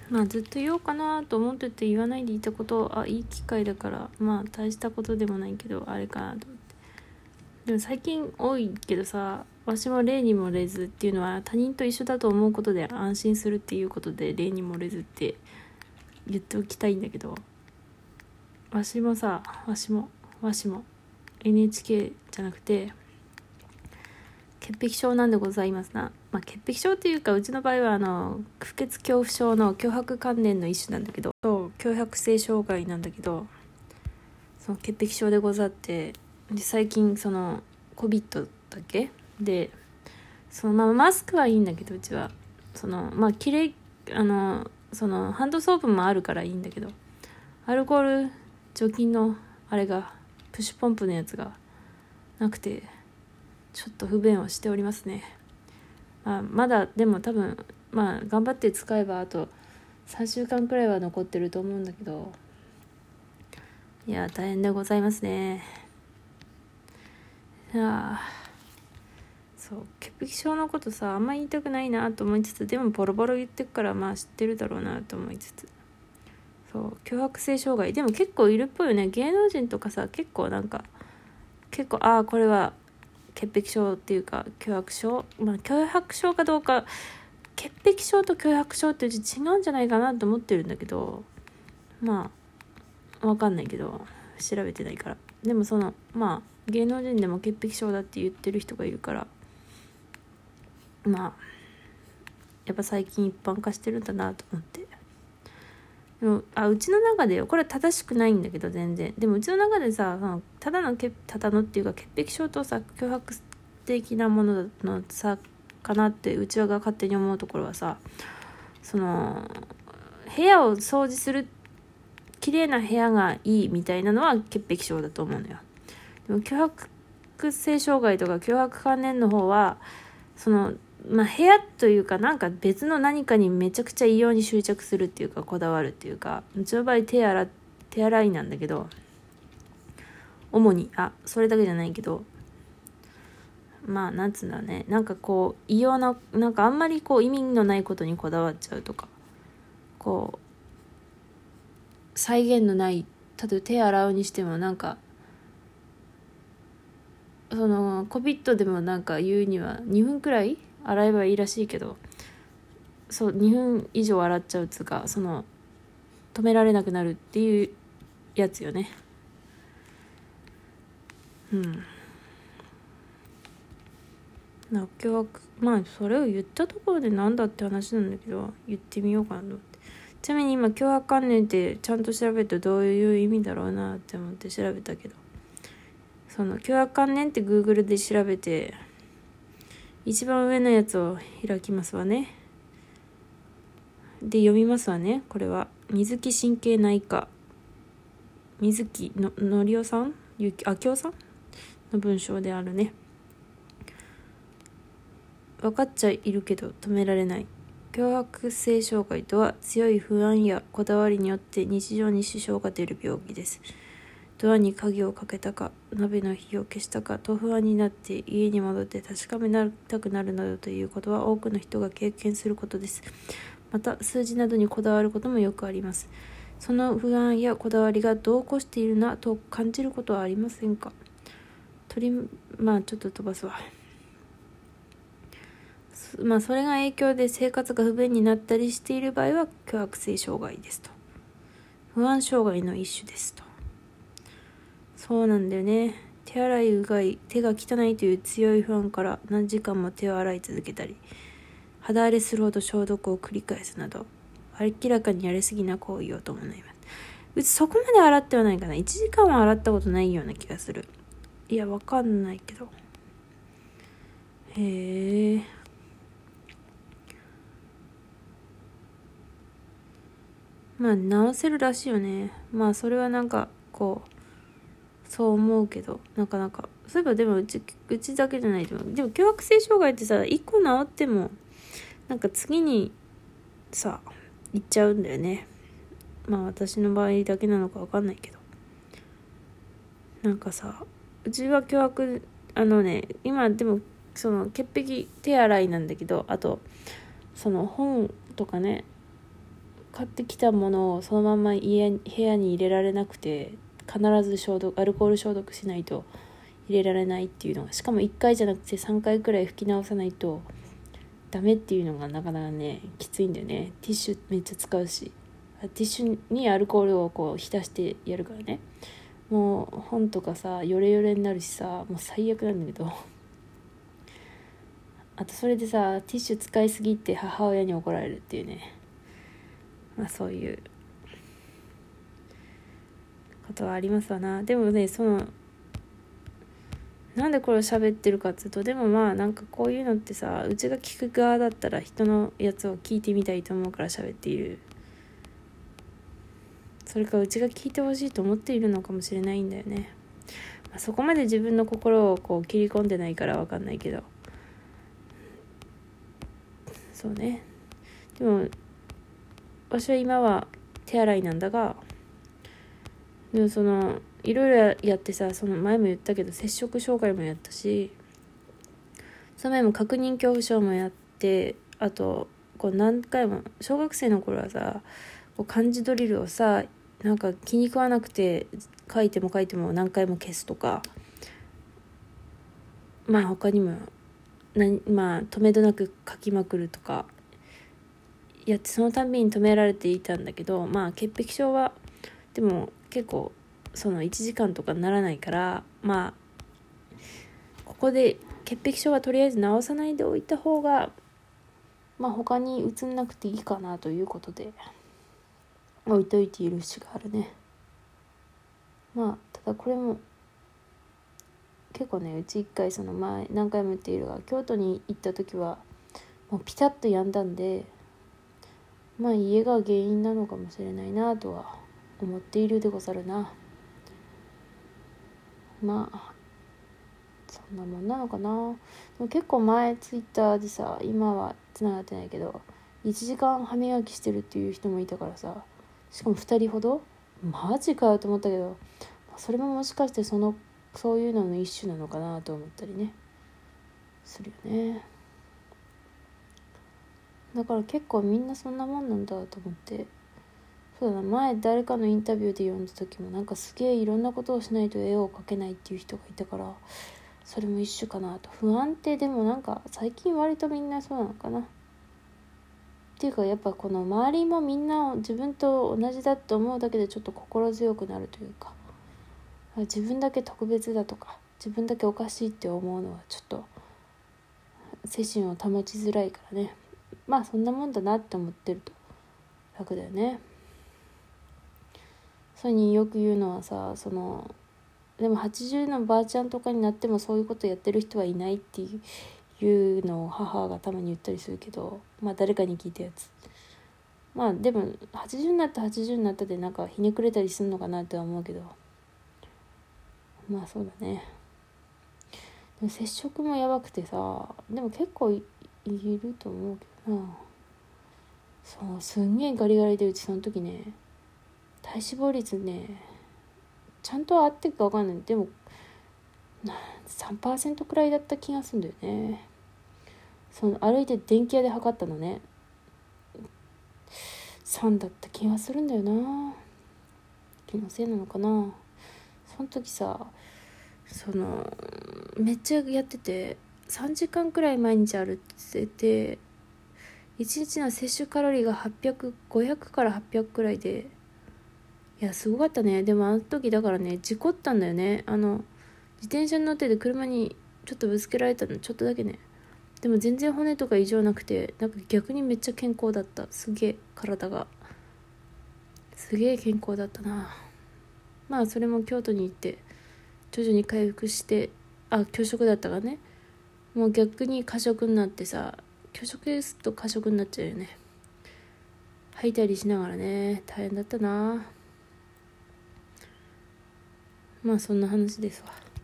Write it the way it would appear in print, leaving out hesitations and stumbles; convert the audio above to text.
ずっと言おうかなと思ってて言わないでいたことをいい機会だから大したことでもないけどあれかなと思って。でも最近多いけどさ、わしも例に漏れずっていうのは他人と一緒だと思うことで安心するっていうことで例に漏れずって言っておきたいんだけど、わしも NHK じゃなくて潔癖症なんでございますな。潔癖症っていうかうちの場合は不潔恐怖症の強迫観念の一種なんだけど、強迫性障害なんだけど、その潔癖症でござって、で最近その COVID だっけでマスクはいいんだけど、うちはきれいそのハンドソープもあるからいいんだけど、アルコール除菌のあれがプッシュポンプのやつがなくてちょっと不便をしておりますね。まだでも多分頑張って使えばあと3週間くらいは残ってると思うんだけど、いや大変でございますね。そう、潔癖症のことさあんま言いたくないなと思いつつ、でもボロボロ言ってくから知ってるだろうなと思いつつ、そう強迫性障害でも結構いるっぽいよね。芸能人とかさ結構これは潔癖症っていうか強迫症、強迫症かどうか、潔癖症と強迫症ってうち違うんじゃないかなと思ってるんだけど、わかんないけど調べてないから。でも芸能人でも潔癖症だって言ってる人がいるから、やっぱ最近一般化してるんだなと思って。でもうちの中でよ、これは正しくないんだけど全然、でもうちの中でさただのっていうか潔癖症とさ強迫的なものの差かなってうちわが勝手に思うところはさ、部屋を掃除する綺麗な部屋がいいみたいなのは潔癖症だと思うのよ。でも強迫性障害とか強迫観念の方は部屋というか別の何かにめちゃくちゃ異様に執着するっていうかこだわるっていうか、うちの場合手洗いなんだけど、主にそれだけじゃないけどなんつうんだね、異様なあんまり意味のないことにこだわっちゃうとか、際限のない、例えば手洗うにしてもコビットでも言うには2分くらい洗えばいいらしいけど、2分以上洗っちゃうつうか止められなくなるっていうやつよね。強迫それを言ったところでなんだって話なんだけど、言ってみようかなと思って。ちなみに今強迫観念ってちゃんと調べるとどういう意味だろうなって思って調べたけど、強迫観念って Google で調べて一番上のやつを開きますわね。で読みますわね。これは水木神経内科水木のりおさん明夫さんの文章であるね。分かっちゃいるけど止められない。強迫性障害とは強い不安やこだわりによって日常に支障が出る病気です。ドアに鍵をかけたか、鍋の火を消したかと不安になって家に戻って確かめたくなるなどということは多くの人が経験することです。また、数字などにこだわることもよくあります。その不安やこだわりが度を越しているなと感じることはありませんか？ちょっと飛ばすわ。それが影響で生活が不便になったりしている場合は強迫性障害ですと。不安障害の一種ですと。そうなんだよね。手洗いうがい、手が汚いという強い不安から何時間も手を洗い続けたり、肌荒れするほど消毒を繰り返すなど、明らかにやりすぎな行為を伴います。うちそこまで洗ってはないかな。1時間は洗ったことないような気がする。いや、わかんないけど。へえ。直せるらしいよね。それはそう思うけど、なかなか。そういえばでもうちだけじゃないと思う。でも強迫性障害ってさ、1個治っても、次にさ、行っちゃうんだよね。私の場合だけなのかわかんないけど。うちは強迫、今でも、潔癖手洗いなんだけど、あと、本とかね、 買ってきたものをそのまま部屋に入れられなくて、必ずアルコール消毒しないと入れられないっていうのが、しかも1回じゃなくて3回くらい拭き直さないとダメっていうのがなかなかねきついんだよね。ティッシュめっちゃ使うし、ティッシュにアルコールをこう浸してやるからね、もう本とかさヨレヨレになるしさ、もう最悪なんだけどあとそれでさティッシュ使いすぎて母親に怒られるっていうね、まあそういうことはありますわな。でもねなんでこれを喋ってるかっていうと、でもまあなんかこういうのってさ、うちが聞く側だったら人のやつを聞いてみたいと思うから喋っている。それかうちが聞いてほしいと思っているのかもしれないんだよね。まあ、そこまで自分の心をこう切り込んでないから分かんないけど、そうね。でも私は今は手洗いなんだが、でもいろいろやってさ、その前も言ったけど接触障害もやったし、その前も確認恐怖症もやって、あとこう何回も小学生の頃はさ、こう漢字ドリルをさ、なんか気に食わなくて書いても何回も消すとか、まあ他にもまあ止めどなく書きまくるとかやって、そのたんびに止められていたんだけど、まあ潔癖症はでも結構1時間とかならないから、まあここで潔癖症はとりあえず治さないでおいた方が、まあ他に移んなくていいかなということで置いといている節があるね。まあただこれも結構ね、うち一回前何回も言っているが、京都に行った時はもうピタッとやんだんで、まあ家が原因なのかもしれないなとは思っているでござるな。まあそんなもんなのかな。でも結構前ツイッターでさ、今は繋がってないけど1時間歯磨きしてるっていう人もいたからさ、しかも2人ほど、マジかよと思ったけど、それももしかしてそういうのの一種なのかなと思ったりねするよね。だから結構みんなそんなもんなんだと思って。そうだな、前誰かのインタビューで読んだ時もなんかすげえいろんなことをしないと絵を描けないっていう人がいたから、それも一種かなと。不安ってでもなんか最近割とみんなそうなのかなっていうか、やっぱこの周りもみんな自分と同じだと思うだけでちょっと心強くなるというか、自分だけ特別だとか自分だけおかしいって思うのはちょっと精神を保ちづらいからね。まあそんなもんだなって思ってると楽だよね。それによく言うのはさ、でも80のばあちゃんとかになってもそういうことやってる人はいないっていうのを母がたまに言ったりするけど、まあ誰かに聞いたやつ。まあでも80になったでなんかひねくれたりするのかなって思うけど、まあそうだね。でも接触もやばくてさ、でも結構いると思うけどな。そうすんげえガリガリで、うちその時ね体脂肪率ねちゃんと合ってるか分かんない、でも 3% くらいだった気がするんだよね。歩いて電気屋で測ったのね、3だった気がするんだよな。気のせいなのかな。その時さめっちゃやってて、3時間くらい毎日歩ってて、1日の摂取カロリーが500から800くらいで、いやすごかったね。でもあの時だからね事故ったんだよね。自転車に乗ってて車にちょっとぶつけられたの、ちょっとだけね。でも全然骨とか異常なくて、なんか逆にめっちゃ健康だった。すげえ体がすげえ健康だったな。まあそれも京都に行って徐々に回復して、拒食だったからね、もう逆に過食になってさ、拒食ですと過食になっちゃうよね。吐いたりしながらね、大変だったな。まあそんな話ですわ。